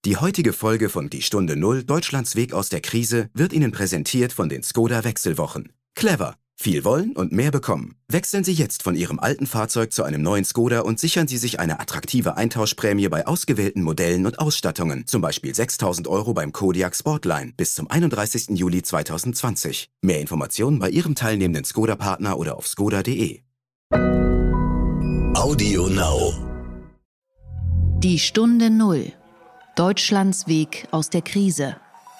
Die heutige Folge von Die Stunde Null, Deutschlands Weg aus der Krise, wird Ihnen präsentiert von den Skoda Wechselwochen. Clever. Viel wollen und mehr bekommen. Wechseln Sie jetzt von Ihrem alten Fahrzeug zu einem neuen Skoda und sichern Sie sich eine attraktive Eintauschprämie bei ausgewählten Modellen und Ausstattungen. Zum Beispiel 6.000 € beim Kodiaq Sportline bis zum 31. Juli 2020. Mehr Informationen bei Ihrem teilnehmenden Skoda-Partner oder auf skoda.de. Audio Now. Die Stunde Null. Deutschlands Weg aus der Krise.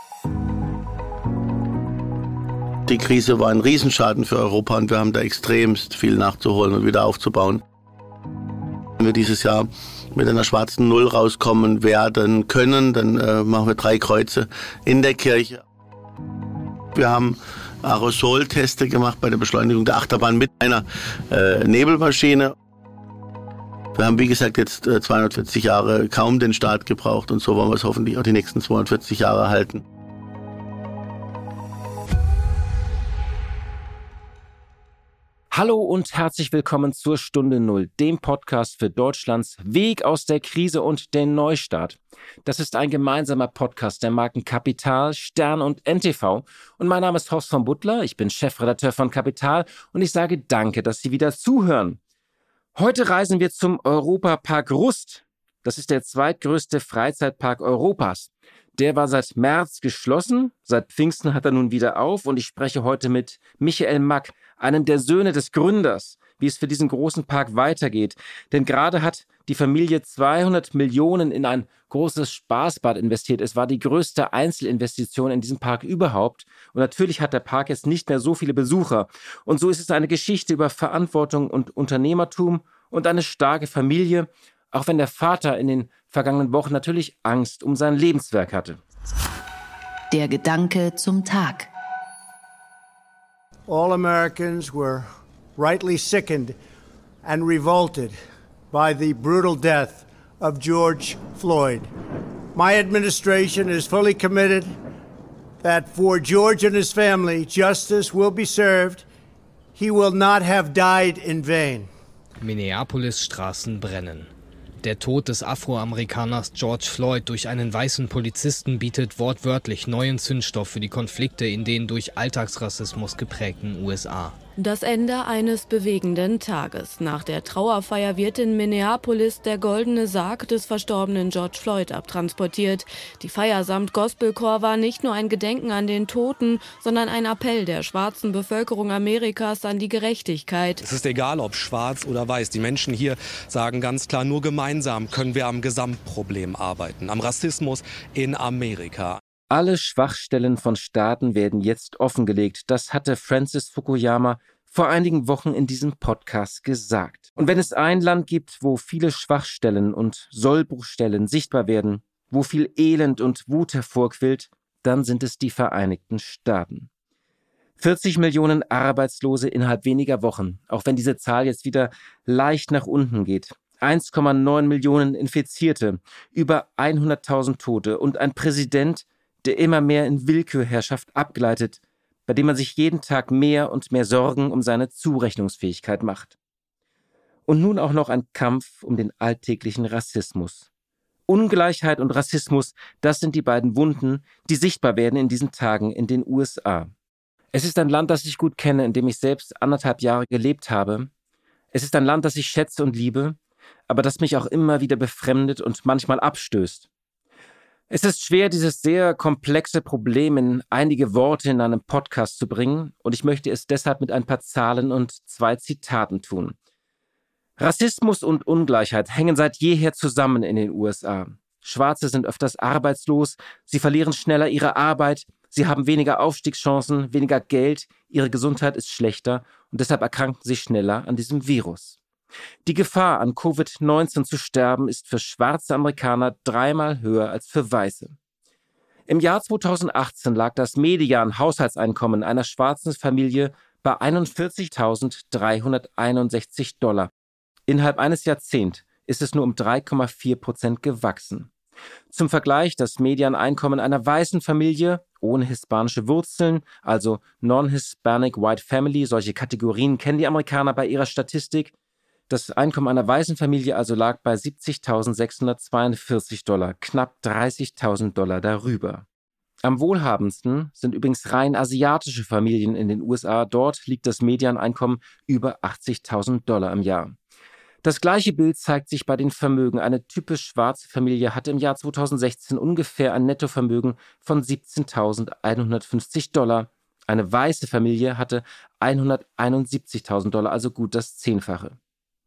Die Krise war ein Riesenschaden für Europa und wir haben da extremst viel nachzuholen und wieder aufzubauen. Wenn wir dieses Jahr mit einer schwarzen Null rauskommen werden können, dann machen wir 3 Kreuze in der Kirche. Wir haben Aerosolteste gemacht bei der Beschleunigung der Achterbahn mit einer Nebelmaschine. Wir haben, wie gesagt, jetzt 240 Jahre kaum den Staat gebraucht und so wollen wir es hoffentlich auch die nächsten 240 Jahre halten. Hallo und herzlich willkommen zur Stunde Null, dem Podcast für Deutschlands Weg aus der Krise und den Neustart. Das ist ein gemeinsamer Podcast der Marken Kapital, Stern und NTV. Und mein Name ist Horst von Butler, ich bin Chefredakteur von Kapital und ich sage danke, dass Sie wieder zuhören. Heute reisen wir zum Europapark Rust. Das ist der zweitgrößte Freizeitpark Europas. Der war seit März geschlossen, seit Pfingsten hat er nun wieder auf und ich spreche heute mit Michael Mack, einem der Söhne des Gründers, wie es für diesen großen Park weitergeht. Denn gerade hat die Familie 200 Millionen in ein großes Spaßbad investiert. Es war die größte Einzelinvestition in diesem Park überhaupt. Und natürlich hat der Park jetzt nicht mehr so viele Besucher. Und so ist es eine Geschichte über Verantwortung und Unternehmertum und eine starke Familie, auch wenn der Vater in den vergangenen Wochen natürlich Angst um sein Lebenswerk hatte. Der Gedanke zum Tag. All Americans were rightly sickened and revolted by the brutal death of George Floyd. My administration is fully committed that for George and his family, justice will be served. He will not have died in vain. Minneapolis-Straßen brennen. Der Tod des Afroamerikaners George Floyd durch einen weißen Polizisten bietet wortwörtlich neuen Zündstoff für die Konflikte in den durch Alltagsrassismus geprägten USA. Das Ende eines bewegenden Tages. Nach der Trauerfeier wird in Minneapolis der goldene Sarg des verstorbenen George Floyd abtransportiert. Die Feier samt Gospelchor war nicht nur ein Gedenken an den Toten, sondern ein Appell der schwarzen Bevölkerung Amerikas an die Gerechtigkeit. Es ist egal, ob schwarz oder weiß. Die Menschen hier sagen ganz klar, nur gemeinsam können wir am Gesamtproblem arbeiten, am Rassismus in Amerika. Alle Schwachstellen von Staaten werden jetzt offengelegt. Das hatte Francis Fukuyama vor einigen Wochen in diesem Podcast gesagt. Und wenn es ein Land gibt, wo viele Schwachstellen und Sollbruchstellen sichtbar werden, wo viel Elend und Wut hervorquillt, dann sind es die Vereinigten Staaten. 40 Millionen Arbeitslose innerhalb weniger Wochen, auch wenn diese Zahl jetzt wieder leicht nach unten geht. 1,9 Millionen Infizierte, über 100.000 Tote und ein Präsident, der immer mehr in Willkürherrschaft abgleitet, bei dem man sich jeden Tag mehr und mehr Sorgen um seine Zurechnungsfähigkeit macht. Und nun auch noch ein Kampf um den alltäglichen Rassismus. Ungleichheit und Rassismus, das sind die beiden Wunden, die sichtbar werden in diesen Tagen in den USA. Es ist ein Land, das ich gut kenne, in dem ich selbst 1,5 Jahre gelebt habe. Es ist ein Land, das ich schätze und liebe, aber das mich auch immer wieder befremdet und manchmal abstößt. Es ist schwer, dieses sehr komplexe Problem in einige Worte in einem Podcast zu bringen und ich möchte es deshalb mit ein paar Zahlen und 2 Zitaten tun. Rassismus und Ungleichheit hängen seit jeher zusammen in den USA. Schwarze sind öfters arbeitslos, sie verlieren schneller ihre Arbeit, sie haben weniger Aufstiegschancen, weniger Geld, ihre Gesundheit ist schlechter und deshalb erkranken sie schneller an diesem Virus. Die Gefahr, an Covid-19 zu sterben, ist für schwarze Amerikaner 3-mal höher als für Weiße. Im Jahr 2018 lag das Median-Haushaltseinkommen einer schwarzen Familie bei $41.361. Innerhalb eines Jahrzehnts ist es nur um 3,4% gewachsen. Zum Vergleich, das Medianeinkommen einer weißen Familie ohne hispanische Wurzeln, also Non-Hispanic White Family, solche Kategorien kennen die Amerikaner bei ihrer Statistik, Das Einkommen einer weißen Familie also lag bei $70.642, knapp $30.000 darüber. Am wohlhabendsten sind übrigens rein asiatische Familien in den USA. Dort liegt das Medianeinkommen über $80.000 im Jahr. Das gleiche Bild zeigt sich bei den Vermögen. Eine typisch schwarze Familie hatte im Jahr 2016 ungefähr ein Nettovermögen von $17.150. Eine weiße Familie hatte $171.000, also gut das Zehnfache.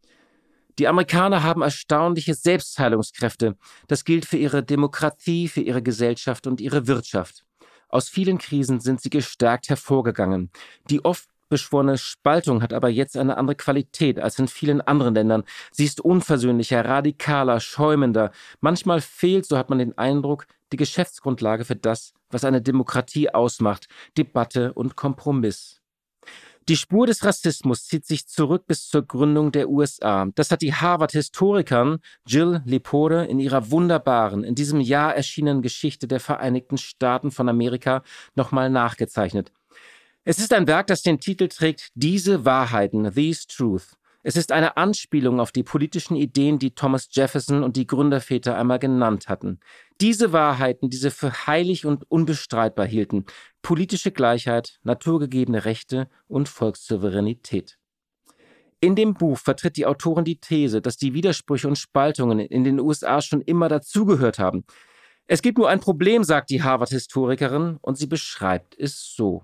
Die Amerikaner haben erstaunliche Selbstheilungskräfte. Das gilt für ihre Demokratie, für ihre Gesellschaft und ihre Wirtschaft. Aus vielen Krisen sind sie gestärkt hervorgegangen. Die oft beschworene Spaltung hat aber jetzt eine andere Qualität als in vielen anderen Ländern. Sie ist unversöhnlicher, radikaler, schäumender. Manchmal fehlt, so hat man den Eindruck, die Geschäftsgrundlage für das, was eine Demokratie ausmacht: Debatte und Kompromiss. Die Spur des Rassismus zieht sich zurück bis zur Gründung der USA. Das hat die Harvard-Historikerin Jill Lepore in ihrer wunderbaren, in diesem Jahr erschienenen Geschichte der Vereinigten Staaten von Amerika nochmal nachgezeichnet. Es ist ein Werk, das den Titel trägt »Diese Wahrheiten«, These Truth. Es ist eine Anspielung auf die politischen Ideen, die Thomas Jefferson und die Gründerväter einmal genannt hatten. Diese Wahrheiten, die sie für heilig und unbestreitbar hielten: politische Gleichheit, naturgegebene Rechte und Volkssouveränität. In dem Buch vertritt die Autorin die These, dass die Widersprüche und Spaltungen in den USA schon immer dazugehört haben. Es gibt nur ein Problem, sagt die Harvard-Historikerin, und sie beschreibt es so: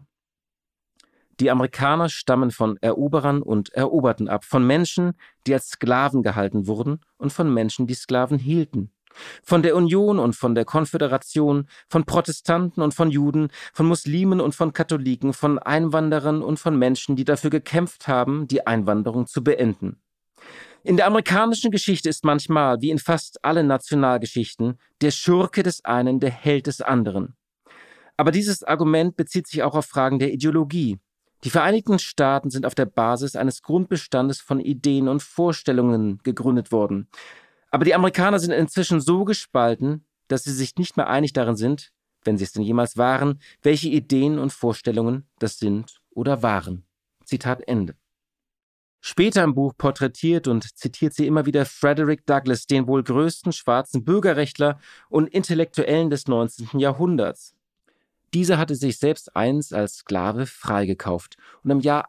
Die Amerikaner stammen von Eroberern und Eroberten ab, von Menschen, die als Sklaven gehalten wurden, und von Menschen, die Sklaven hielten. Von der Union und von der Konföderation, von Protestanten und von Juden, von Muslimen und von Katholiken, von Einwanderern und von Menschen, die dafür gekämpft haben, die Einwanderung zu beenden. In der amerikanischen Geschichte ist manchmal, wie in fast allen Nationalgeschichten, der Schurke des einen der Held des anderen. Aber dieses Argument bezieht sich auch auf Fragen der Ideologie. Die Vereinigten Staaten sind auf der Basis eines Grundbestandes von Ideen und Vorstellungen gegründet worden. Aber die Amerikaner sind inzwischen so gespalten, dass sie sich nicht mehr einig darin sind, wenn sie es denn jemals waren, welche Ideen und Vorstellungen das sind oder waren. Zitat Ende. Später im Buch porträtiert und zitiert sie immer wieder Frederick Douglass, den wohl größten schwarzen Bürgerrechtler und Intellektuellen des 19. Jahrhunderts. Dieser hatte sich selbst einst als Sklave freigekauft. Und im Jahr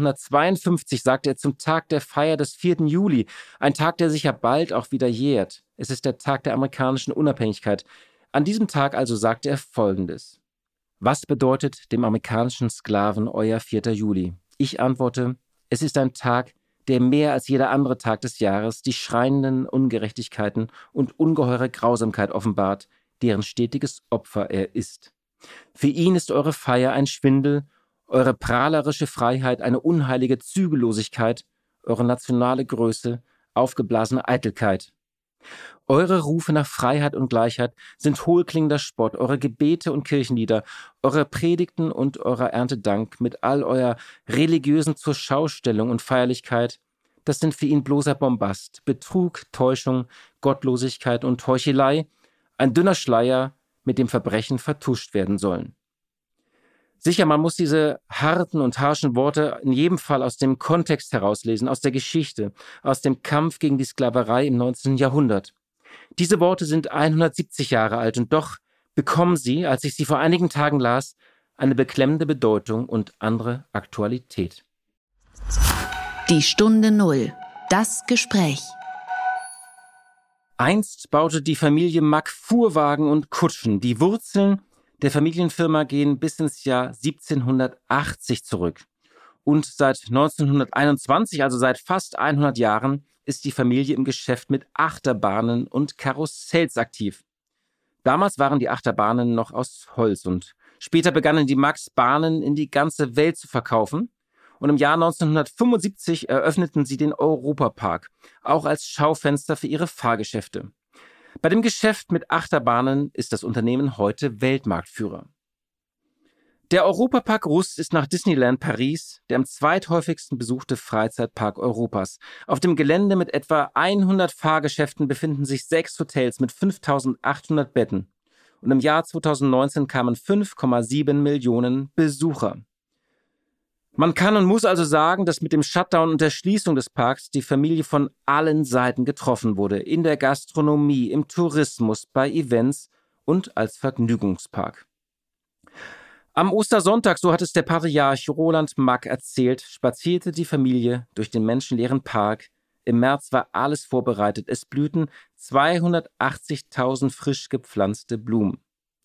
1852 sagte er zum Tag der Feier des 4. Juli, ein Tag, der sich ja bald auch wieder jährt. Es ist der Tag der amerikanischen Unabhängigkeit. An diesem Tag also sagte er Folgendes: Was bedeutet dem amerikanischen Sklaven euer 4. Juli? Ich antworte: Es ist ein Tag, der mehr als jeder andere Tag des Jahres die schreienden Ungerechtigkeiten und ungeheure Grausamkeit offenbart, deren stetiges Opfer er ist. Für ihn ist eure Feier ein Schwindel, eure prahlerische Freiheit eine unheilige Zügellosigkeit, eure nationale Größe aufgeblasene Eitelkeit. Eure Rufe nach Freiheit und Gleichheit sind hohlklingender Spott, eure Gebete und Kirchenlieder, eure Predigten und eurer Erntedank mit all eurer religiösen Zurschaustellung und Feierlichkeit, das sind für ihn bloßer Bombast, Betrug, Täuschung, Gottlosigkeit und Heuchelei, ein dünner Schleier, mit dem Verbrechen vertuscht werden sollen. Sicher, man muss diese harten und harschen Worte in jedem Fall aus dem Kontext herauslesen, aus der Geschichte, aus dem Kampf gegen die Sklaverei im 19. Jahrhundert. Diese Worte sind 170 Jahre alt und doch bekommen sie, als ich sie vor einigen Tagen las, eine beklemmende Bedeutung und andere Aktualität. Die Stunde Null. Das Gespräch. Einst baute die Familie Mack Fuhrwagen und Kutschen. Die Wurzeln der Familienfirma gehen bis ins Jahr 1780 zurück. Und seit 1921, also seit fast 100 Jahren, ist die Familie im Geschäft mit Achterbahnen und Karussells aktiv. Damals waren die Achterbahnen noch aus Holz und später begannen die Macks Bahnen in die ganze Welt zu verkaufen. Und im Jahr 1975 eröffneten sie den Europapark, auch als Schaufenster für ihre Fahrgeschäfte. Bei dem Geschäft mit Achterbahnen ist das Unternehmen heute Weltmarktführer. Der Europapark Rust ist nach Disneyland Paris der am zweithäufigsten besuchte Freizeitpark Europas. Auf dem Gelände mit etwa 100 Fahrgeschäften befinden sich 6 Hotels mit 5.800 Betten. Und im Jahr 2019 kamen 5,7 Millionen Besucher. Man kann und muss also sagen, dass mit dem Shutdown und der Schließung des Parks die Familie von allen Seiten getroffen wurde. In der Gastronomie, im Tourismus, bei Events und als Vergnügungspark. Am Ostersonntag, so hat es der Patriarch Roland Mack erzählt, spazierte die Familie durch den menschenleeren Park. Im März war alles vorbereitet. Es blühten 280.000 frisch gepflanzte Blumen.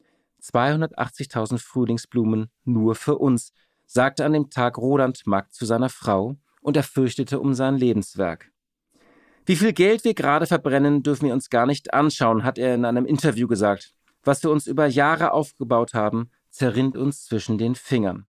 280.000 Frühlingsblumen nur für uns, sagte an dem Tag Roland Mack zu seiner Frau, und er fürchtete um sein Lebenswerk. Wie viel Geld wir gerade verbrennen, dürfen wir uns gar nicht anschauen, hat er in einem Interview gesagt. Was wir uns über Jahre aufgebaut haben, zerrinnt uns zwischen den Fingern.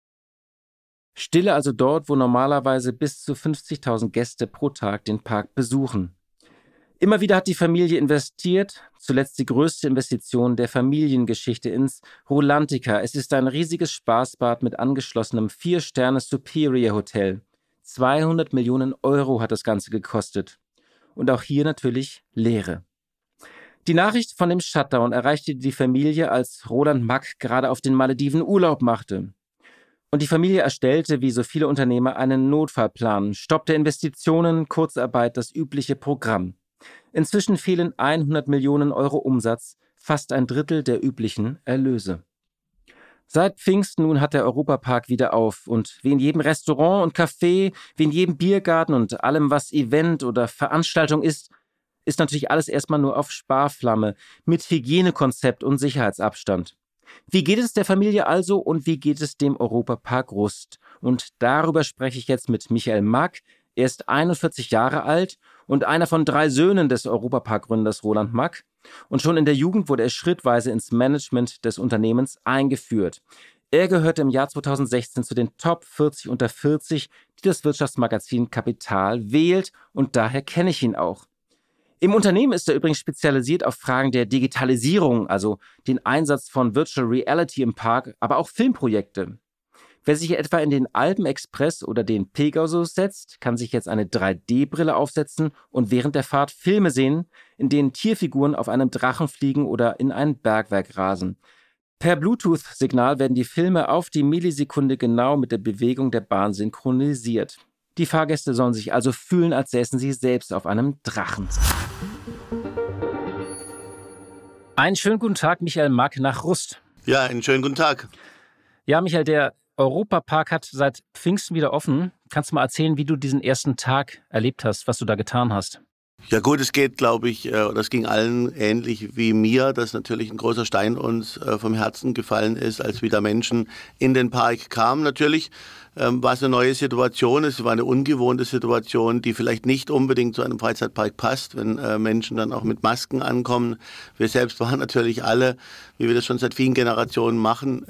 Stille also dort, wo normalerweise bis zu 50.000 Gäste pro Tag den Park besuchen. Immer wieder hat die Familie investiert, zuletzt die größte Investition der Familiengeschichte ins Rulantica. Es ist ein riesiges Spaßbad mit angeschlossenem 4-Sterne-Superior-Hotel. 200 Millionen Euro hat das Ganze gekostet. Und auch hier natürlich Leere. Die Nachricht von dem Shutdown erreichte die Familie, als Roland Mack gerade auf den Malediven Urlaub machte. Und die Familie erstellte, wie so viele Unternehmer, einen Notfallplan, stoppte Investitionen, Kurzarbeit, das übliche Programm. Inzwischen fehlen 100 Millionen Euro Umsatz, fast ein Drittel der üblichen Erlöse. Seit Pfingsten nun hat der Europapark wieder auf und wie in jedem Restaurant und Café, wie in jedem Biergarten und allem, was Event oder Veranstaltung ist natürlich alles erstmal nur auf Sparflamme, mit Hygienekonzept und Sicherheitsabstand. Wie geht es der Familie also und wie geht es dem Europapark Rust? Und darüber spreche ich jetzt mit Michael Mack. Er ist 41 Jahre alt und einer von 3 Söhnen des Europapark-Gründers Roland Mack. Und schon in der Jugend wurde er schrittweise ins Management des Unternehmens eingeführt. Er gehörte im Jahr 2016 zu den Top 40 unter 40, die das Wirtschaftsmagazin Kapital wählt, und daher kenne ich ihn auch. Im Unternehmen ist er übrigens spezialisiert auf Fragen der Digitalisierung, also den Einsatz von Virtual Reality im Park, aber auch Filmprojekte. Wer sich etwa in den Alpen-Express oder den Pegasus setzt, kann sich jetzt eine 3D-Brille aufsetzen und während der Fahrt Filme sehen, in denen Tierfiguren auf einem Drachen fliegen oder in ein Bergwerk rasen. Per Bluetooth-Signal werden die Filme auf die Millisekunde genau mit der Bewegung der Bahn synchronisiert. Die Fahrgäste sollen sich also fühlen, als säßen sie selbst auf einem Drachen. Einen schönen guten Tag, Michael Mack nach Rust. Ja, einen schönen guten Tag. Ja, Michael, der Europapark hat seit Pfingsten wieder offen. Kannst du mal erzählen, wie du diesen ersten Tag erlebt hast, was du da getan hast? Ja gut, es geht, glaube ich, oder es ging allen ähnlich wie mir, dass natürlich ein großer Stein uns vom Herzen gefallen ist, als wieder Menschen in den Park kamen. Natürlich war es eine neue Situation, es war eine ungewohnte Situation, die vielleicht nicht unbedingt zu einem Freizeitpark passt, wenn Menschen dann auch mit Masken ankommen. Wir selbst waren natürlich alle, wie wir das schon seit vielen Generationen machen,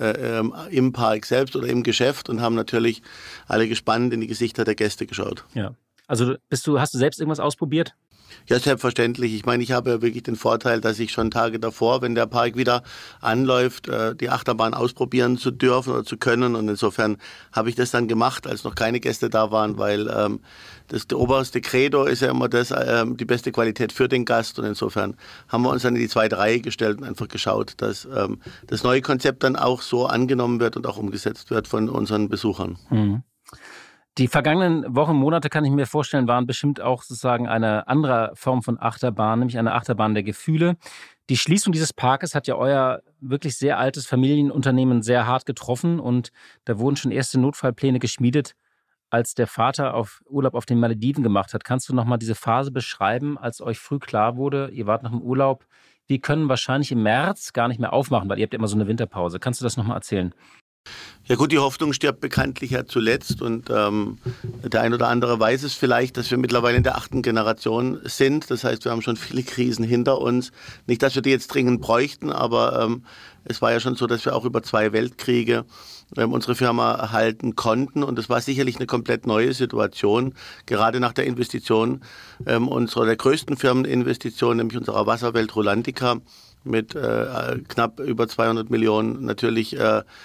im Park selbst oder im Geschäft und haben natürlich alle gespannt in die Gesichter der Gäste geschaut. Ja. Also hast du selbst irgendwas ausprobiert? Ja, selbstverständlich. Ich meine, ich habe ja wirklich den Vorteil, dass ich schon Tage davor, wenn der Park wieder anläuft, die Achterbahn ausprobieren zu dürfen oder zu können. Und insofern habe ich das dann gemacht, als noch keine Gäste da waren, weil das oberste Credo ist ja immer die beste Qualität für den Gast. Und insofern haben wir uns dann in die zweite Reihe gestellt und einfach geschaut, dass das neue Konzept dann auch so angenommen wird und auch umgesetzt wird von unseren Besuchern. Mhm. Die vergangenen Wochen, Monate, kann ich mir vorstellen, waren bestimmt auch sozusagen eine andere Form von Achterbahn, nämlich eine Achterbahn der Gefühle. Die Schließung dieses Parkes hat ja euer wirklich sehr altes Familienunternehmen sehr hart getroffen und da wurden schon erste Notfallpläne geschmiedet, als der Vater auf Urlaub auf den Malediven gemacht hat. Kannst du nochmal diese Phase beschreiben, als euch früh klar wurde, ihr wart noch im Urlaub, wir können wahrscheinlich im März gar nicht mehr aufmachen, weil ihr habt ja immer so eine Winterpause. Kannst du das nochmal erzählen? Ja gut, die Hoffnung stirbt bekanntlich ja zuletzt und der ein oder andere weiß es vielleicht, dass wir mittlerweile in der 8. Generation sind. Das heißt, wir haben schon viele Krisen hinter uns. Nicht, dass wir die jetzt dringend bräuchten, aber es war ja schon so, dass wir auch über 2 Weltkriege unsere Firma halten konnten und es war sicherlich eine komplett neue Situation, gerade nach der Investition der größten Firmeninvestition, nämlich unserer Wasserwelt Rulantica mit knapp über 200 Millionen natürlich.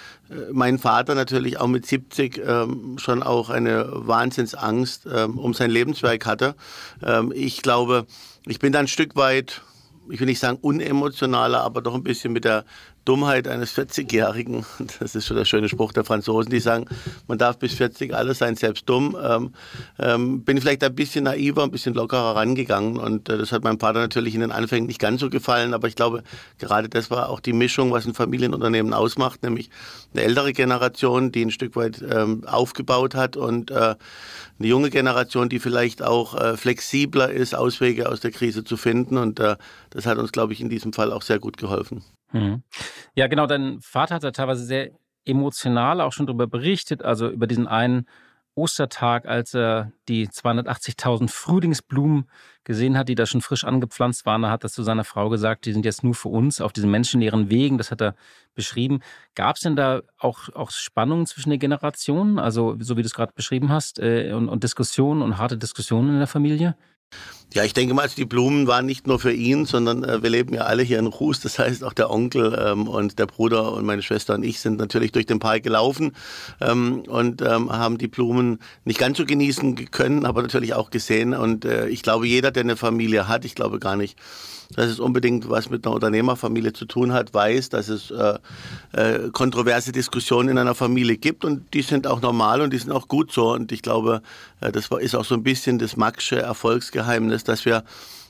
Mein Vater natürlich auch mit 70 schon auch eine Wahnsinnsangst um sein Lebenswerk hatte. Ich glaube, ich bin da ein Stück weit ich will nicht sagen unemotionaler, aber doch ein bisschen mit der Dummheit eines 40-Jährigen. Das ist schon der schöne Spruch der Franzosen, die sagen, man darf bis 40 alles sein, selbst dumm. Bin ich vielleicht ein bisschen naiver, ein bisschen lockerer rangegangen und das hat meinem Vater natürlich in den Anfängen nicht ganz so gefallen, aber ich glaube, gerade das war auch die Mischung, was ein Familienunternehmen ausmacht, nämlich eine ältere Generation, die ein Stück weit aufgebaut hat und eine junge Generation, die vielleicht auch flexibler ist, Auswege aus der Krise zu finden und das hat uns, glaube ich, in diesem Fall auch sehr gut geholfen. Ja, genau, dein Vater hat ja teilweise sehr emotional auch schon darüber berichtet, also über diesen einen Ostertag, als er die 280.000 Frühlingsblumen gesehen hat, die da schon frisch angepflanzt waren. Da hat er zu seiner Frau gesagt, die sind jetzt nur für uns auf diesen menschenleeren Wegen. Das hat er beschrieben. Gab es denn da auch Spannungen zwischen den Generationen, also so wie du es gerade beschrieben hast, und Diskussionen und harte Diskussionen in der Familie? Ja, ich denke mal, die Blumen waren nicht nur für ihn, sondern wir leben ja alle hier in Ruß. Das heißt, auch der Onkel und der Bruder und meine Schwester und ich sind natürlich durch den Park gelaufen und haben die Blumen nicht ganz so genießen können, aber natürlich auch gesehen. Und ich glaube, jeder, der eine Familie hat, ich glaube gar nicht, dass es unbedingt was mit einer Unternehmerfamilie zu tun hat, weiß, dass es kontroverse Diskussionen in einer Familie gibt und die sind auch normal und die sind auch gut so. Und ich glaube, das ist auch so ein bisschen das Maxsche Erfolgsgeheimnis, dass wir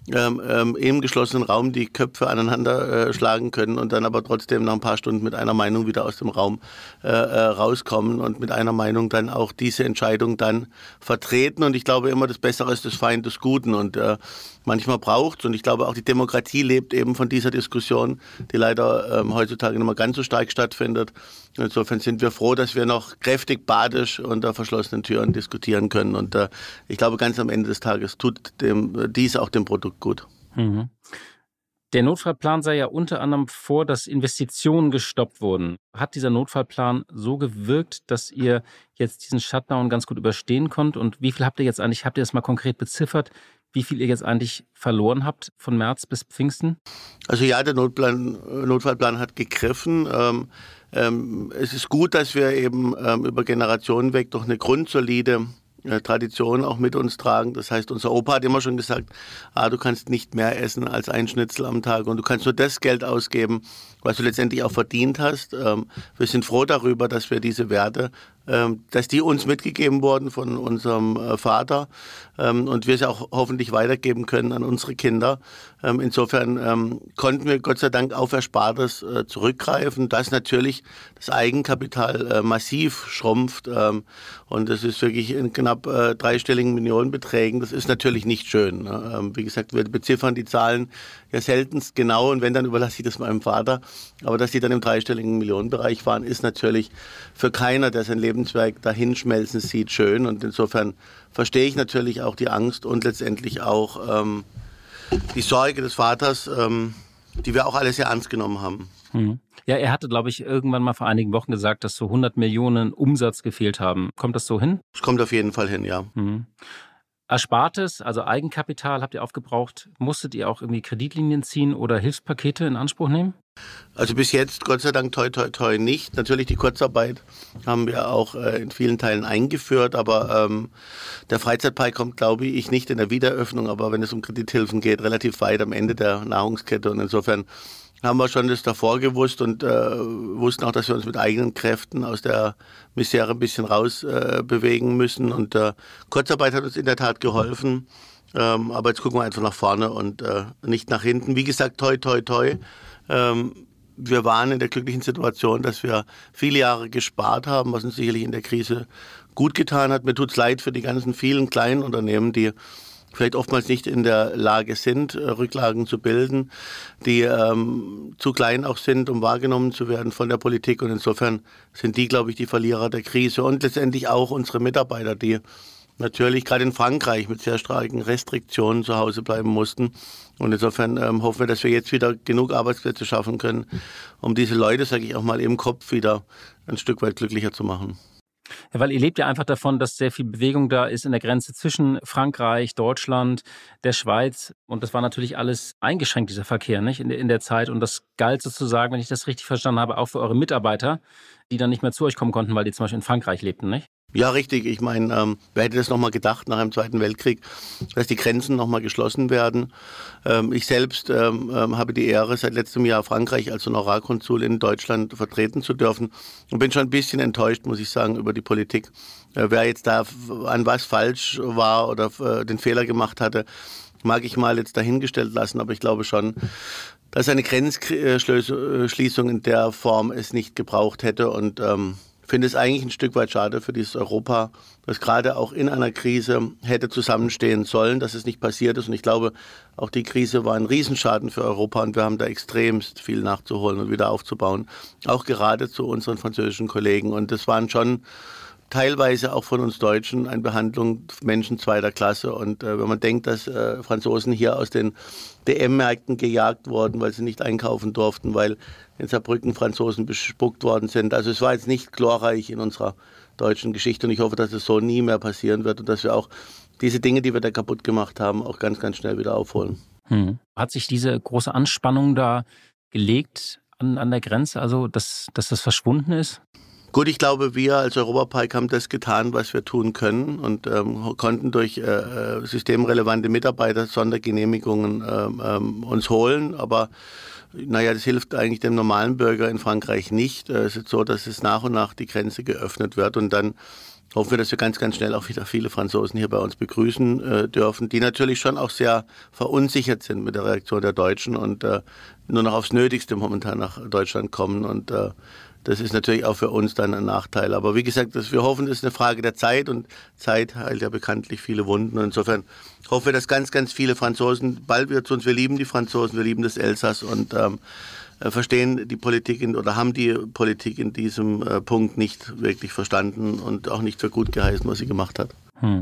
im geschlossenen Raum die Köpfe aneinander schlagen können und dann aber trotzdem nach ein paar Stunden mit einer Meinung wieder aus dem Raum rauskommen und mit einer Meinung dann auch diese Entscheidung dann vertreten. Und ich glaube immer, das Bessere ist das Feind des Guten und manchmal braucht es. Und ich glaube auch die Demokratie lebt eben von dieser Diskussion, die leider heutzutage nicht mehr ganz so stark stattfindet. Insofern sind wir froh, dass wir noch kräftig badisch unter verschlossenen Türen diskutieren können. Und ich glaube, ganz am Ende des Tages tut dies auch dem Produkt gut. Mhm. Der Notfallplan sah ja unter anderem vor, dass Investitionen gestoppt wurden. Hat dieser Notfallplan so gewirkt, dass ihr jetzt diesen Shutdown ganz gut überstehen konntet? Und wie viel habt ihr jetzt eigentlich, habt ihr das mal konkret beziffert, wie viel ihr jetzt eigentlich verloren habt von März bis Pfingsten? Also ja, der Notfallplan hat gegriffen. Es ist gut, dass wir eben über Generationen weg doch eine grundsolide Tradition auch mit uns tragen. Das heißt, unser Opa hat immer schon gesagt, du kannst nicht mehr essen als ein Schnitzel am Tag und du kannst nur das Geld ausgeben, was du letztendlich auch verdient hast. Wir sind froh darüber, dass wir diese Werte, dass die uns mitgegeben wurden von unserem Vater und wir sie auch hoffentlich weitergeben können an unsere Kinder. Insofern konnten wir Gott sei Dank auf Erspartes zurückgreifen, dass natürlich das Eigenkapital massiv schrumpft und das ist wirklich in knapp dreistelligen Millionenbeträgen. Das ist natürlich nicht schön. Wie gesagt, wir beziffern die Zahlen ja seltenst genau und wenn, dann überlasse ich das meinem Vater. Aber dass die dann im dreistelligen Millionenbereich waren, ist natürlich für keiner, der sein Lebenswerk dahinschmelzen sieht, schön. Und insofern verstehe ich natürlich auch die Angst und letztendlich auch die Sorge des Vaters, die wir auch alle sehr ernst genommen haben. Ja, er hatte, glaube ich, irgendwann mal vor einigen Wochen gesagt, dass so 100 Millionen Umsatz gefehlt haben. Kommt das so hin? Es kommt auf jeden Fall hin, ja. Erspartes, also Eigenkapital habt ihr aufgebraucht. Musstet ihr auch irgendwie Kreditlinien ziehen oder Hilfspakete in Anspruch nehmen? Also bis jetzt, Gott sei Dank, toi, toi, toi nicht. Natürlich die Kurzarbeit haben wir auch in vielen Teilen eingeführt, aber der Freizeitpark kommt, glaube ich, nicht in der Wiedereröffnung, aber wenn es um Kredithilfen geht, relativ weit am Ende der Nahrungskette und insofern haben wir schon das davor gewusst und wussten auch, dass wir uns mit eigenen Kräften aus der Misere ein bisschen raus bewegen müssen. Und Kurzarbeit hat uns in der Tat geholfen. Aber jetzt gucken wir einfach nach vorne und nicht nach hinten. Wie gesagt, toi, toi, toi. Wir waren in der glücklichen Situation, dass wir viele Jahre gespart haben, was uns sicherlich in der Krise gut getan hat. Mir tut's leid für die ganzen vielen kleinen Unternehmen, die vielleicht oftmals nicht in der Lage sind, Rücklagen zu bilden, die zu klein auch sind, um wahrgenommen zu werden von der Politik. Und insofern sind die, glaube ich, die Verlierer der Krise. Und letztendlich auch unsere Mitarbeiter, die natürlich gerade in Frankreich mit sehr starken Restriktionen zu Hause bleiben mussten. Und insofern hoffen wir, dass wir jetzt wieder genug Arbeitsplätze schaffen können, um diese Leute, sage ich auch mal, im Kopf wieder ein Stück weit glücklicher zu machen. Ja, weil ihr lebt ja einfach davon, dass sehr viel Bewegung da ist in der Grenze zwischen Frankreich, Deutschland, der Schweiz. Und das war natürlich alles eingeschränkt, dieser Verkehr, nicht? In der Zeit. Und das galt sozusagen, wenn ich das richtig verstanden habe, auch für eure Mitarbeiter, die dann nicht mehr zu euch kommen konnten, weil die zum Beispiel in Frankreich lebten, nicht? Ja, richtig. Ich meine, wer hätte das nochmal gedacht nach dem Zweiten Weltkrieg, dass die Grenzen nochmal geschlossen werden. Ich selbst habe die Ehre, seit letztem Jahr Frankreich als Honorarkonsul in Deutschland vertreten zu dürfen und bin schon ein bisschen enttäuscht, muss ich sagen, über die Politik. Wer jetzt da an was falsch war oder den Fehler gemacht hatte, mag ich mal jetzt dahingestellt lassen, aber ich glaube schon, dass eine Grenzschließung in der Form es nicht gebraucht hätte und finde es eigentlich ein Stück weit schade für dieses Europa, das gerade auch in einer Krise hätte zusammenstehen sollen, dass es nicht passiert ist. Und ich glaube, auch die Krise war ein Riesenschaden für Europa und wir haben da extremst viel nachzuholen und wieder aufzubauen. Auch gerade zu unseren französischen Kollegen. Und das waren schon teilweise auch von uns Deutschen eine Behandlung Menschen zweiter Klasse. Und wenn man denkt, dass Franzosen hier aus den DM-Märkten gejagt wurden, weil sie nicht einkaufen durften, weil in Saarbrücken Franzosen bespuckt worden sind. Also es war jetzt nicht glorreich in unserer deutschen Geschichte und ich hoffe, dass es so nie mehr passieren wird und dass wir auch diese Dinge, die wir da kaputt gemacht haben, auch ganz, ganz schnell wieder aufholen. Hat sich diese große Anspannung da gelegt an der Grenze, also dass das verschwunden ist? Gut, ich glaube, wir als Europapark haben das getan, was wir tun können und konnten durch systemrelevante Mitarbeiter Sondergenehmigungen uns holen. Aber naja, das hilft eigentlich dem normalen Bürger in Frankreich nicht. Es ist so, dass es nach und nach die Grenze geöffnet wird und dann hoffen wir, dass wir ganz, ganz schnell auch wieder viele Franzosen hier bei uns begrüßen dürfen, die natürlich schon auch sehr verunsichert sind mit der Reaktion der Deutschen und nur noch aufs Nötigste momentan nach Deutschland kommen und das ist natürlich auch für uns dann ein Nachteil. Aber wie gesagt, wir hoffen, das ist eine Frage der Zeit und Zeit heilt ja bekanntlich viele Wunden. Und insofern hoffen wir, dass ganz, ganz viele Franzosen bald wieder zu uns, wir lieben die Franzosen, wir lieben das Elsass und verstehen die Politik oder haben die Politik in diesem Punkt nicht wirklich verstanden und auch nicht für gut geheißen, was sie gemacht hat.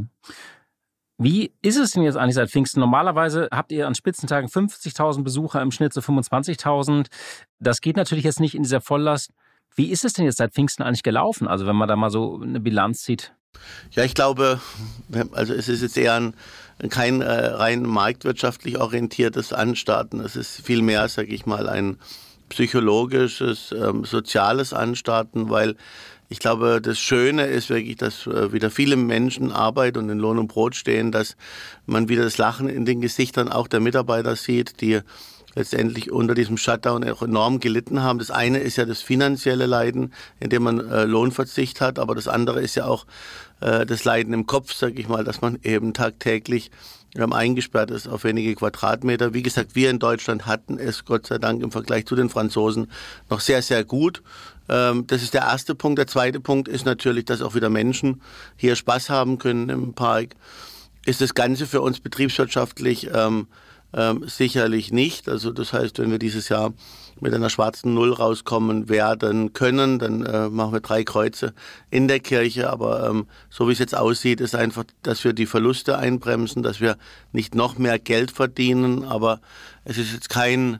Wie ist es denn jetzt eigentlich seit Pfingsten? Normalerweise habt ihr an Spitzentagen 50.000 Besucher, im Schnitt so 25.000. Das geht natürlich jetzt nicht in dieser Volllast. Wie ist es denn jetzt seit Pfingsten eigentlich gelaufen? Also wenn man da mal so eine Bilanz zieht. Ja, ich glaube, also es ist jetzt eher kein rein marktwirtschaftlich orientiertes Anstarten. Es ist vielmehr, sage ich mal, ein psychologisches, soziales Anstarten, weil ich glaube, das Schöne ist wirklich, dass wieder viele Menschen Arbeit und in Lohn und Brot stehen, dass man wieder das Lachen in den Gesichtern auch der Mitarbeiter sieht, die letztendlich unter diesem Shutdown auch enorm gelitten haben. Das eine ist ja das finanzielle Leiden, indem man Lohnverzicht hat, aber das andere ist ja auch das Leiden im Kopf, sage ich mal, dass man eben tagtäglich eingesperrt ist auf wenige Quadratmeter. Wie gesagt, wir in Deutschland hatten es Gott sei Dank im Vergleich zu den Franzosen noch sehr, sehr gut. Das ist der erste Punkt. Der zweite Punkt ist natürlich, dass auch wieder Menschen hier Spaß haben können im Park. Ist das Ganze für uns betriebswirtschaftlich sicherlich nicht. Also das heißt, wenn wir dieses Jahr mit einer schwarzen Null rauskommen werden können, dann machen wir 3 Kreuze in der Kirche. Aber so wie es jetzt aussieht, ist einfach, dass wir die Verluste einbremsen, dass wir nicht noch mehr Geld verdienen. Aber es ist jetzt kein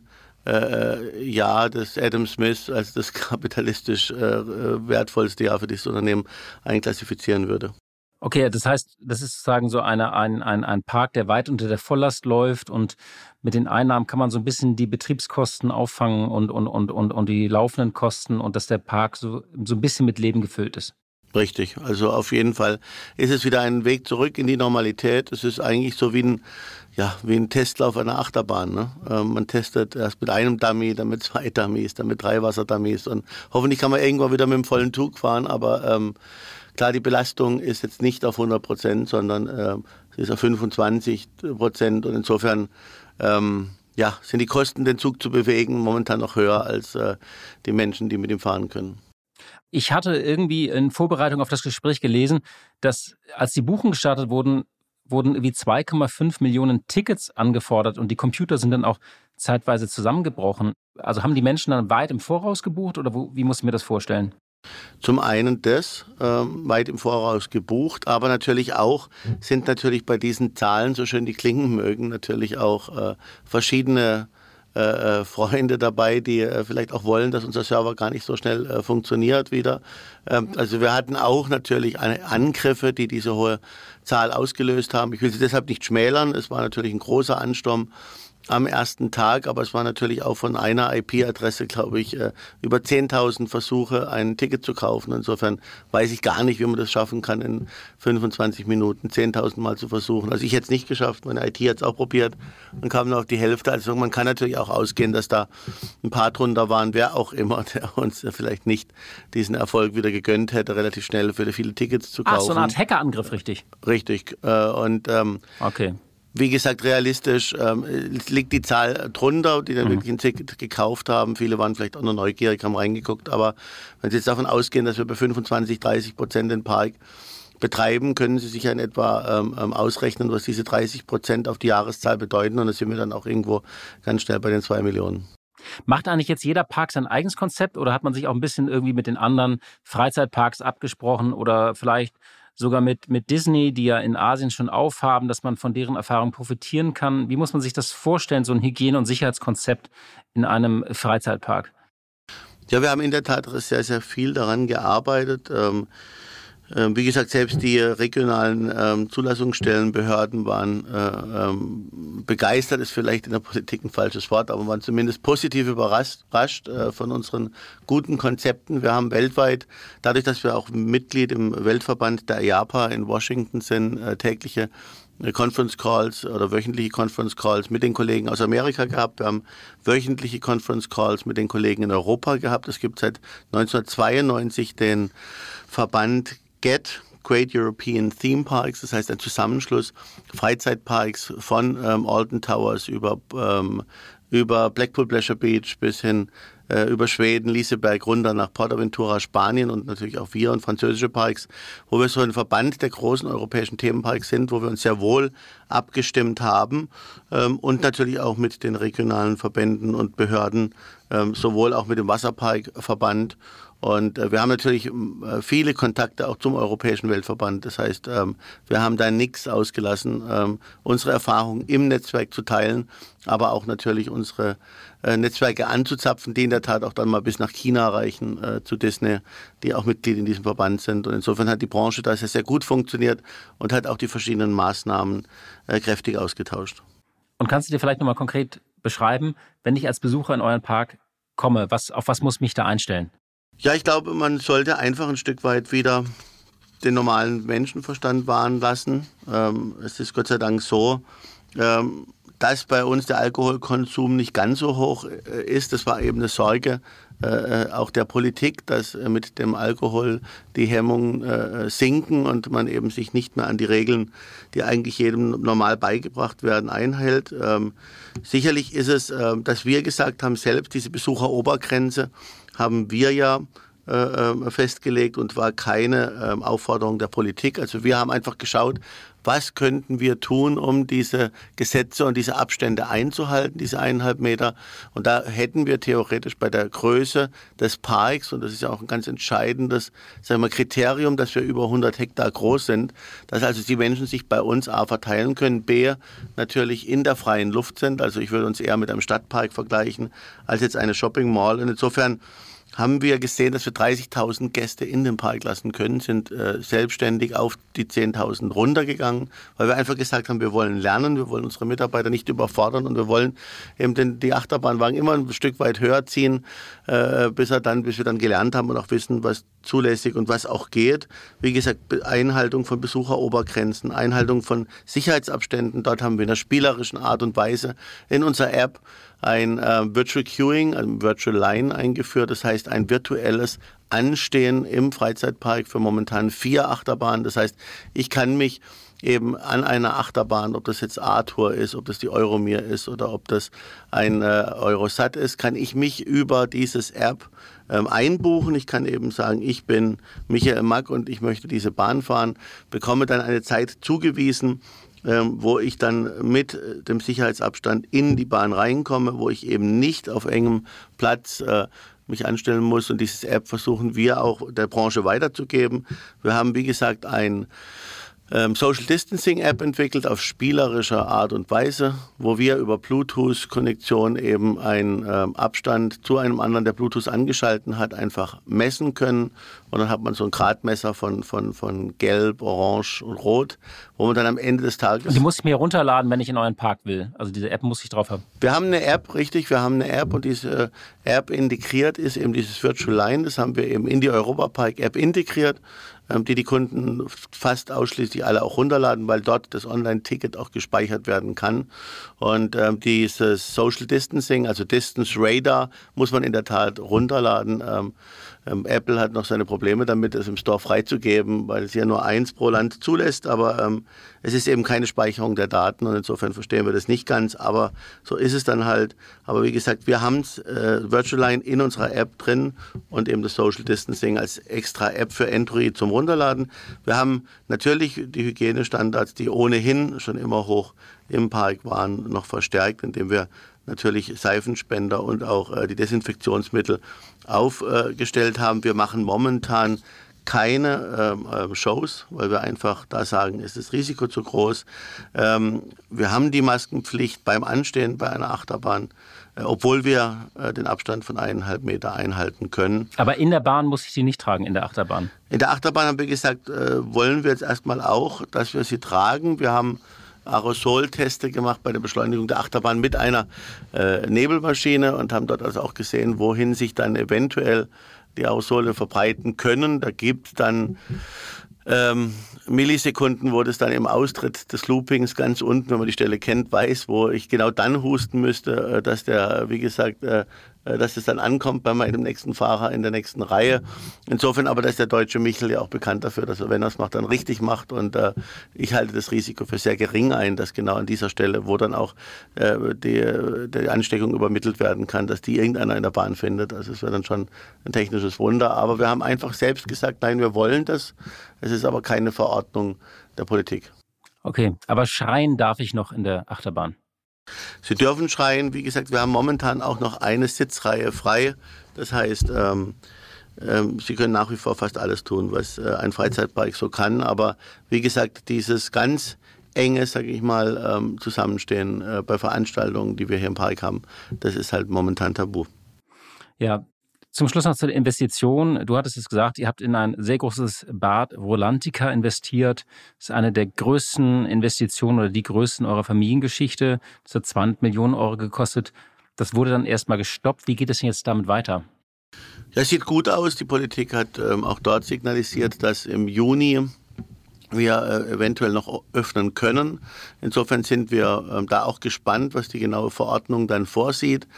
Jahr des Adam Smith als das kapitalistisch wertvollste Jahr für dieses Unternehmen einklassifizieren würde. Okay, das heißt, das ist sozusagen so ein Park, der weit unter der Volllast läuft und mit den Einnahmen kann man so ein bisschen die Betriebskosten auffangen und die laufenden Kosten und dass der Park so ein bisschen mit Leben gefüllt ist. Richtig, also auf jeden Fall ist es wieder ein Weg zurück in die Normalität. Es ist eigentlich so wie ein Testlauf einer Achterbahn. Ne? Man testet erst mit einem Dummy, dann mit 2 Dummies, dann mit 3 Wasserdummies und hoffentlich kann man irgendwann wieder mit dem vollen Zug fahren, aber klar, die Belastung ist jetzt nicht auf 100%, sondern sie ist auf 25% und insofern sind die Kosten, den Zug zu bewegen, momentan noch höher als die Menschen, die mit ihm fahren können. Ich hatte irgendwie in Vorbereitung auf das Gespräch gelesen, dass als die Buchungen gestartet wurden irgendwie 2,5 Millionen Tickets angefordert und die Computer sind dann auch zeitweise zusammengebrochen. Also haben die Menschen dann weit im Voraus gebucht oder wie muss ich mir das vorstellen? Zum einen das, weit im Voraus gebucht, aber natürlich auch sind natürlich bei diesen Zahlen, so schön die klingen mögen, natürlich auch verschiedene Freunde dabei, die vielleicht auch wollen, dass unser Server gar nicht so schnell funktioniert wieder. Also wir hatten auch natürlich Angriffe, die diese hohe Zahl ausgelöst haben. Ich will sie deshalb nicht schmälern, es war natürlich ein großer Ansturm am ersten Tag, aber es war natürlich auch von einer IP-Adresse, glaube ich, über 10.000 Versuche, ein Ticket zu kaufen. Insofern weiß ich gar nicht, wie man das schaffen kann, in 25 Minuten 10.000 Mal zu versuchen. Also ich hätte es nicht geschafft, meine IT hat es auch probiert und kam noch die Hälfte. Also man kann natürlich auch ausgehen, dass da ein paar drunter waren, wer auch immer, der uns vielleicht nicht diesen Erfolg wieder gegönnt hätte, relativ schnell viele Tickets zu kaufen. Ach, so eine Art Hackerangriff, richtig? Richtig. Okay. Wie gesagt, realistisch liegt die Zahl drunter, die dann wirklich ein Ticket gekauft haben. Viele waren vielleicht auch noch neugierig, haben reingeguckt. Aber wenn Sie jetzt davon ausgehen, dass wir bei 25-30% den Park betreiben, können Sie sich ja in etwa ausrechnen, was diese 30% auf die Jahreszahl bedeuten. Und da sind wir dann auch irgendwo ganz schnell bei den 2 Millionen. Macht eigentlich jetzt jeder Park sein eigenes Konzept oder hat man sich auch ein bisschen irgendwie mit den anderen Freizeitparks abgesprochen oder vielleicht sogar mit Disney, die ja in Asien schon aufhaben, dass man von deren Erfahrung profitieren kann? Wie muss man sich das vorstellen, so ein Hygiene- und Sicherheitskonzept in einem Freizeitpark? Ja, wir haben in der Tat sehr, sehr viel daran gearbeitet. Wie gesagt, selbst die regionalen Zulassungsstellenbehörden waren begeistert, ist vielleicht in der Politik ein falsches Wort, aber waren zumindest positiv überrascht von unseren guten Konzepten. Wir haben weltweit, dadurch, dass wir auch Mitglied im Weltverband der IAAPA in Washington sind, tägliche Conference Calls oder wöchentliche Conference Calls mit den Kollegen aus Amerika gehabt. Wir haben wöchentliche Conference Calls mit den Kollegen in Europa gehabt. Es gibt seit 1992 den Verband GET, Great European Theme Parks, das heißt ein Zusammenschluss Freizeitparks von Alton Towers über Blackpool Pleasure Beach bis hin über Schweden, Liseberg runter nach Portaventura, Spanien und natürlich auch wir und französische Parks, wo wir so ein Verband der großen europäischen Themenparks sind, wo wir uns sehr wohl abgestimmt haben und natürlich auch mit den regionalen Verbänden und Behörden, sowohl auch mit dem Wasserparkverband. Und wir haben natürlich viele Kontakte auch zum Europäischen Weltverband. Das heißt, wir haben da nichts ausgelassen, unsere Erfahrungen im Netzwerk zu teilen, aber auch natürlich unsere Netzwerke anzuzapfen, die in der Tat auch dann mal bis nach China reichen, zu Disney, die auch Mitglied in diesem Verband sind. Und insofern hat die Branche da sehr, sehr gut funktioniert und hat auch die verschiedenen Maßnahmen kräftig ausgetauscht. Und kannst du dir vielleicht nochmal konkret beschreiben, wenn ich als Besucher in euren Park komme, auf was muss ich mich da einstellen? Ja, ich glaube, man sollte einfach ein Stück weit wieder den normalen Menschenverstand wahren lassen. Es ist Gott sei Dank so, dass bei uns der Alkoholkonsum nicht ganz so hoch ist. Das war eben eine Sorge auch der Politik, dass mit dem Alkohol die Hemmungen sinken und man eben sich nicht mehr an die Regeln, die eigentlich jedem normal beigebracht werden, einhält. Sicherlich ist es, dass wir gesagt haben, selbst diese Besucherobergrenze haben wir ja festgelegt und war keine Aufforderung der Politik. Also wir haben einfach geschaut, was könnten wir tun, um diese Gesetze und diese Abstände einzuhalten, diese 1,5 Meter. Und da hätten wir theoretisch bei der Größe des Parks, und das ist ja auch ein ganz entscheidendes, sagen wir, Kriterium, dass wir über 100 Hektar groß sind, dass also die Menschen sich bei uns A verteilen können, B natürlich in der freien Luft sind. Also ich würde uns eher mit einem Stadtpark vergleichen, als jetzt eine Shopping Mall. Und insofern haben wir gesehen, dass wir 30.000 Gäste in den Park lassen können, sind selbstständig auf die 10.000 runtergegangen, weil wir einfach gesagt haben, wir wollen lernen, wir wollen unsere Mitarbeiter nicht überfordern und wir wollen eben die Achterbahnwagen immer ein Stück weit höher ziehen, bis wir dann gelernt haben und auch wissen, was zulässig und was auch geht. Wie gesagt, Einhaltung von Besucherobergrenzen, Einhaltung von Sicherheitsabständen. Dort haben wir in einer spielerischen Art und Weise in unserer App ein Virtual Queuing, ein Virtual Line eingeführt. Das heißt, ein virtuelles Anstehen im Freizeitpark für momentan 4 Achterbahnen. Das heißt, ich kann mich eben an einer Achterbahn, ob das jetzt Arthur ist, ob das die Euromir ist oder ob das ein Eurosat ist, kann ich mich über dieses App einbuchen. Ich kann eben sagen, ich bin Michael Mack und ich möchte diese Bahn fahren, bekomme dann eine Zeit zugewiesen, wo ich dann mit dem Sicherheitsabstand in die Bahn reinkomme, wo ich eben nicht auf engem Platz mich anstellen muss. Und diese App versuchen wir auch der Branche weiterzugeben. Wir haben, wie gesagt, ein Social Distancing App entwickelt auf spielerischer Art und Weise, wo wir über Bluetooth-Konnektion eben einen Abstand zu einem anderen, der Bluetooth angeschalten hat, einfach messen können. Und dann hat man so ein Gradmesser von Gelb, Orange und Rot, wo man dann am Ende des Tages... Die muss ich mir runterladen, wenn ich in euren Park will. Also diese App muss ich drauf haben. Wir haben eine App, richtig, wir haben eine App und diese App integriert ist eben dieses Virtual Line. Das haben wir eben in die Europa-Park-App integriert, die Kunden fast ausschließlich alle auch runterladen, weil dort das Online-Ticket auch gespeichert werden kann. Und dieses Social Distancing, also Distance Radar, muss man in der Tat runterladen. Apple hat noch seine Probleme damit, es im Store freizugeben, weil es ja nur 1 pro Land zulässt, aber es ist eben keine Speicherung der Daten und insofern verstehen wir das nicht ganz, aber so ist es dann halt. Aber wie gesagt, wir haben Virtual Line in unserer App drin und eben das Social Distancing als extra App für Android zum Runterladen. Wir haben natürlich die Hygienestandards, die ohnehin schon immer hoch im Park waren, noch verstärkt, indem wir natürlich Seifenspender und auch die Desinfektionsmittel aufgestellt haben. Wir machen momentan keine Shows, weil wir einfach da sagen, ist das Risiko zu groß. Wir haben die Maskenpflicht beim Anstehen bei einer Achterbahn, obwohl wir den Abstand von 1,5 Meter einhalten können. Aber in der Bahn muss ich sie nicht tragen, in der Achterbahn? In der Achterbahn haben wir gesagt, wollen wir jetzt erstmal auch, dass wir sie tragen. Wir haben Aerosolteste gemacht bei der Beschleunigung der Achterbahn mit einer Nebelmaschine und haben dort also auch gesehen, wohin sich dann eventuell die Aerosole verbreiten können. Da gibt es dann Millisekunden, wo das dann im Austritt des Loopings ganz unten, wenn man die Stelle kennt, weiß, wo ich genau dann husten müsste, dass der, wie gesagt, dass es dann ankommt bei meinem nächsten Fahrer in der nächsten Reihe. Insofern aber, dass der deutsche Michel ja auch bekannt dafür, dass er, wenn er es macht, dann richtig macht. Und ich halte das Risiko für sehr gering ein, dass genau an dieser Stelle, wo dann auch die Ansteckung übermittelt werden kann, dass die irgendeiner in der Bahn findet. Also es wäre dann schon ein technisches Wunder. Aber wir haben einfach selbst gesagt, nein, wir wollen das. Es ist aber keine Verordnung der Politik. Okay, aber schreien darf ich noch in der Achterbahn? Sie dürfen schreien. Wie gesagt, wir haben momentan auch noch eine Sitzreihe frei. Das heißt, Sie können nach wie vor fast alles tun, was ein Freizeitpark so kann. Aber wie gesagt, dieses ganz enge, sage ich mal, Zusammenstehen bei Veranstaltungen, die wir hier im Park haben, das ist halt momentan tabu. Ja, zum Schluss noch zu der Investition. Du hattest es gesagt, ihr habt in ein sehr großes Bad Rolantica investiert. Das ist eine der größten Investitionen oder die größten eurer Familiengeschichte. Das hat 200 Millionen Euro gekostet. Das wurde dann erstmal gestoppt. Wie geht es denn jetzt damit weiter? Ja, es sieht gut aus. Die Politik hat auch dort signalisiert, dass im Juni wir eventuell noch öffnen können. Insofern sind wir da auch gespannt, was die genaue Verordnung dann vorsieht.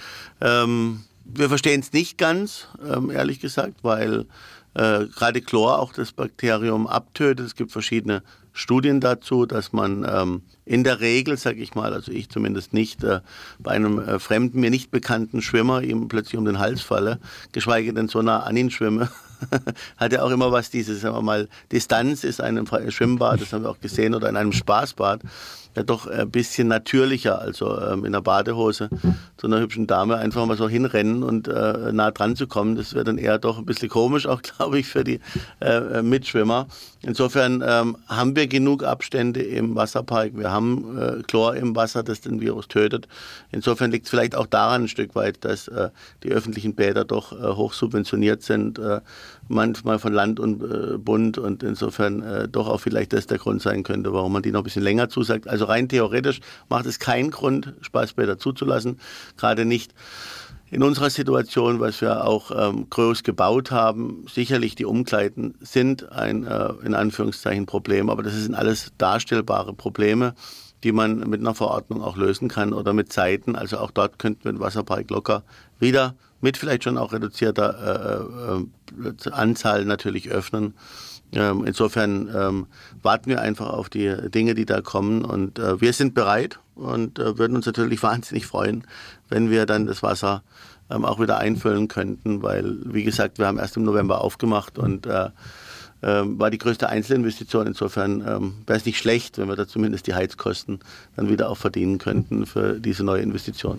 Wir verstehen es nicht ganz, ehrlich gesagt, weil gerade Chlor auch das Bakterium abtötet. Es gibt verschiedene Studien dazu, dass man in der Regel, sage ich mal, also ich zumindest nicht, bei einem fremden, mir nicht bekannten Schwimmer ihm plötzlich um den Hals falle, geschweige denn so nah an ihn schwimme. Hat ja auch immer was dieses, sagen wir mal, Distanz ist einem Schwimmbad, das haben wir auch gesehen, oder in einem Spaßbad, ja doch ein bisschen natürlicher, also in einer Badehose zu einer hübschen Dame einfach mal so hinrennen und nah dran zu kommen, das wäre dann eher doch ein bisschen komisch, auch glaube ich, für die Mitschwimmer. Insofern haben wir genug Abstände im Wasserpark, wir haben Chlor im Wasser, das den Virus tötet. Insofern liegt es vielleicht auch daran ein Stück weit, dass die öffentlichen Bäder doch hoch subventioniert sind, manchmal von Land und Bund und insofern doch auch vielleicht das der Grund sein könnte, warum man die noch ein bisschen länger zusagt. Also rein theoretisch macht es keinen Grund, Spaßbäder zuzulassen, gerade nicht in unserer Situation, was wir auch groß gebaut haben. Sicherlich die Umkleiden sind ein in Anführungszeichen Problem, aber das sind alles darstellbare Probleme, die man mit einer Verordnung auch lösen kann oder mit Zeiten. Also auch dort könnten wir den Wasserpark locker wieder mit vielleicht schon auch reduzierter Anzahl natürlich öffnen. Insofern warten wir einfach auf die Dinge, die da kommen und wir sind bereit und würden uns natürlich wahnsinnig freuen, wenn wir dann das Wasser auch wieder einfüllen könnten, weil, wie gesagt, wir haben erst im November aufgemacht und war die größte Einzelinvestition. Insofern wäre es nicht schlecht, wenn wir da zumindest die Heizkosten dann wieder auch verdienen könnten für diese neue Investition.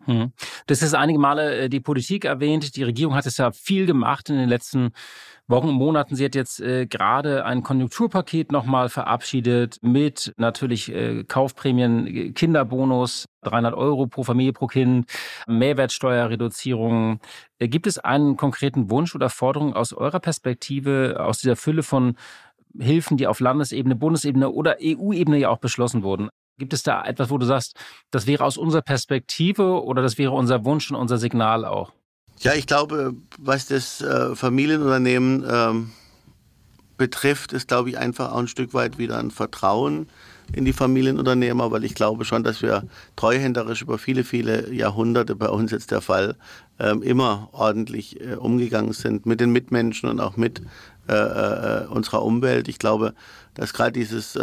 Das ist einige Male die Politik erwähnt. Die Regierung hat es ja viel gemacht in den letzten Wochen und Monaten. Sie hat jetzt gerade ein Konjunkturpaket nochmal verabschiedet mit natürlich Kaufprämien, Kinderbonus, 300 € pro Familie pro Kind, Mehrwertsteuerreduzierung. Gibt es einen konkreten Wunsch oder Forderung aus eurer Perspektive, aus dieser Fülle von Hilfen, die auf Landesebene, Bundesebene oder EU-Ebene ja auch beschlossen wurden? Gibt es da etwas, wo du sagst, das wäre aus unserer Perspektive oder das wäre unser Wunsch und unser Signal auch? Ja, ich glaube, was das Familienunternehmen betrifft, ist, glaube ich, einfach auch ein Stück weit wieder ein Vertrauen in die Familienunternehmer, weil ich glaube schon, dass wir treuhänderisch über viele, viele Jahrhunderte, bei uns jetzt der Fall, immer ordentlich umgegangen sind mit den Mitmenschen und auch mit unserer Umwelt. Ich glaube, dass gerade dieses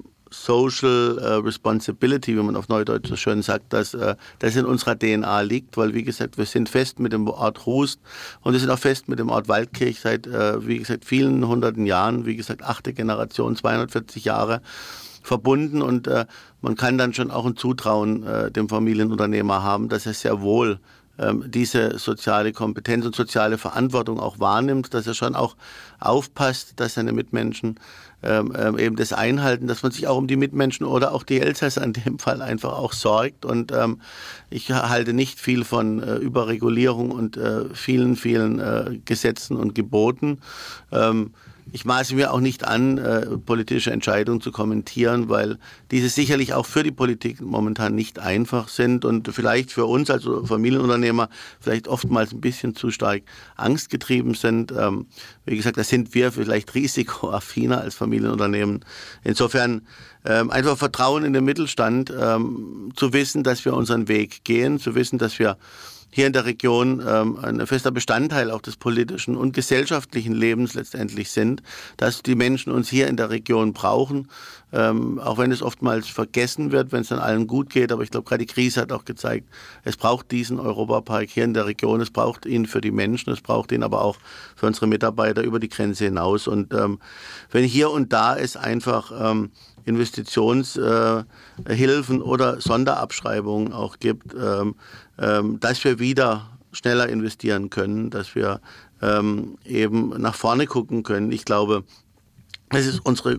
Social Responsibility, wie man auf Neudeutsch so schön sagt, dass das in unserer DNA liegt, weil, wie gesagt, wir sind fest mit dem Ort Rust und wir sind auch fest mit dem Ort Waldkirch seit, wie gesagt, vielen hunderten Jahren, wie gesagt, 8. Generation, 240 Jahre verbunden und man kann dann schon auch ein Zutrauen dem Familienunternehmer haben, dass er sehr wohl diese soziale Kompetenz und soziale Verantwortung auch wahrnimmt, dass er schon auch aufpasst, dass seine Mitmenschen eben das einhalten, dass man sich auch um die Mitmenschen oder auch die Elsässer in dem Fall einfach auch sorgt. Und ich halte nicht viel von Überregulierung und vielen Gesetzen und Geboten. Ich maße mir auch nicht an, politische Entscheidungen zu kommentieren, weil diese sicherlich auch für die Politik momentan nicht einfach sind und vielleicht für uns als Familienunternehmer vielleicht oftmals ein bisschen zu stark angstgetrieben sind. Wie gesagt, da sind wir vielleicht risikoaffiner als Familienunternehmen. Insofern einfach Vertrauen in den Mittelstand, zu wissen, dass wir unseren Weg gehen, zu wissen, dass wir hier in der Region ein fester Bestandteil auch des politischen und gesellschaftlichen Lebens letztendlich sind, dass die Menschen uns hier in der Region brauchen, auch wenn es oftmals vergessen wird, wenn es dann allen gut geht. Aber ich glaube, gerade die Krise hat auch gezeigt, es braucht diesen Europapark hier in der Region, es braucht ihn für die Menschen, es braucht ihn aber auch für unsere Mitarbeiter über die Grenze hinaus. Und wenn hier und da es einfach Investitionshilfen oder Sonderabschreibungen auch gibt, dass wir wieder schneller investieren können, dass wir eben nach vorne gucken können. Ich glaube, das ist unser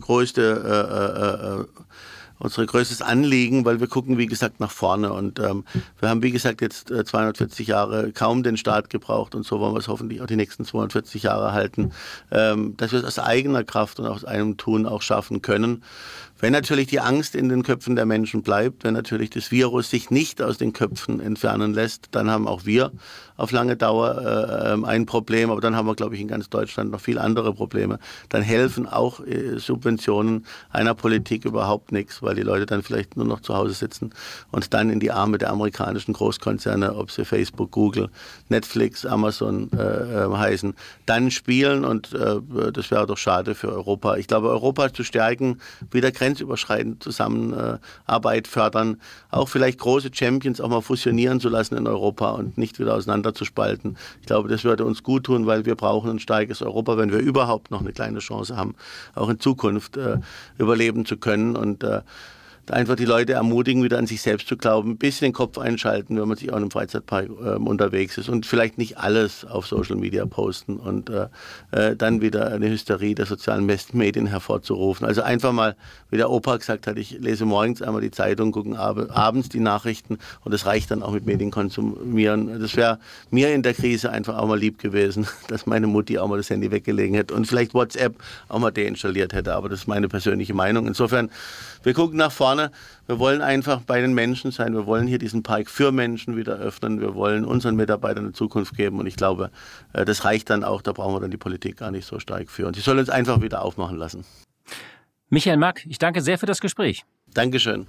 größtes Anliegen, weil wir gucken, wie gesagt, nach vorne. Und wir haben, wie gesagt, jetzt 240 Jahre kaum den Staat gebraucht und so wollen wir es hoffentlich auch die nächsten 240 Jahre halten, dass wir es aus eigener Kraft und aus einem Tun auch schaffen können. Wenn natürlich die Angst in den Köpfen der Menschen bleibt, wenn natürlich das Virus sich nicht aus den Köpfen entfernen lässt, dann haben auch wir auf lange Dauer ein Problem. Aber dann haben wir, glaube ich, in ganz Deutschland noch viele andere Probleme. Dann helfen auch Subventionen einer Politik überhaupt nichts, weil die Leute dann vielleicht nur noch zu Hause sitzen und dann in die Arme der amerikanischen Großkonzerne, ob sie Facebook, Google, Netflix, Amazon heißen, dann spielen. Und das wäre doch schade für Europa. Ich glaube, Europa zu stärken, wieder grenzüberschreitend Zusammenarbeit fördern, auch vielleicht große Champions auch mal fusionieren zu lassen in Europa und nicht wieder auseinanderzuspalten. Ich glaube, das würde uns gut tun, weil wir brauchen ein starkes Europa, wenn wir überhaupt noch eine kleine Chance haben, auch in Zukunft überleben zu können und einfach die Leute ermutigen, wieder an sich selbst zu glauben, ein bisschen den Kopf einschalten, wenn man sich auch in einem Freizeitpark unterwegs ist und vielleicht nicht alles auf Social Media posten und dann wieder eine Hysterie der sozialen Medien hervorzurufen. Also einfach mal, wie der Opa gesagt hat, ich lese morgens einmal die Zeitung, gucken abends die Nachrichten und das reicht dann auch mit Medien konsumieren. Das wäre mir in der Krise einfach auch mal lieb gewesen, dass meine Mutti auch mal das Handy weggelegen hätte und vielleicht WhatsApp auch mal deinstalliert hätte, aber das ist meine persönliche Meinung. Insofern, wir gucken nach vorne. Wir wollen einfach bei den Menschen sein. Wir wollen hier diesen Park für Menschen wieder öffnen. Wir wollen unseren Mitarbeitern eine Zukunft geben. Und ich glaube, das reicht dann auch. Da brauchen wir dann die Politik gar nicht so stark für. Und sie soll uns einfach wieder aufmachen lassen. Michael Mack, ich danke sehr für das Gespräch. Dankeschön.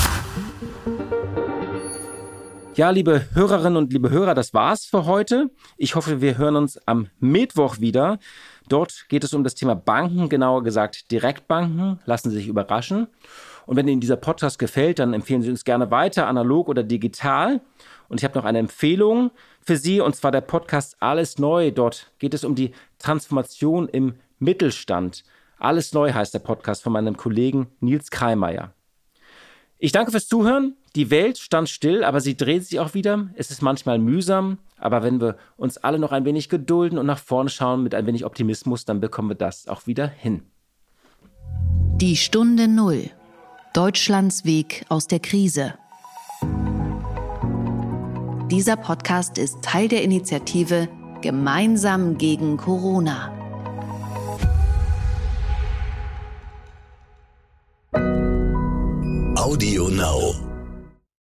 Ja, liebe Hörerinnen und liebe Hörer, das war's für heute. Ich hoffe, wir hören uns am Mittwoch wieder. Dort geht es um das Thema Banken, genauer gesagt Direktbanken. Lassen Sie sich überraschen. Und wenn Ihnen dieser Podcast gefällt, dann empfehlen Sie uns gerne weiter, analog oder digital. Und ich habe noch eine Empfehlung für Sie, und zwar der Podcast Alles Neu. Dort geht es um die Transformation im Mittelstand. Alles Neu heißt der Podcast von meinem Kollegen Nils Kreimeier. Ich danke fürs Zuhören. Die Welt stand still, aber sie dreht sich auch wieder. Es ist manchmal mühsam, aber wenn wir uns alle noch ein wenig gedulden und nach vorne schauen mit ein wenig Optimismus, dann bekommen wir das auch wieder hin. Die Stunde Null. Deutschlands Weg aus der Krise. Dieser Podcast ist Teil der Initiative Gemeinsam gegen Corona. Audio Now.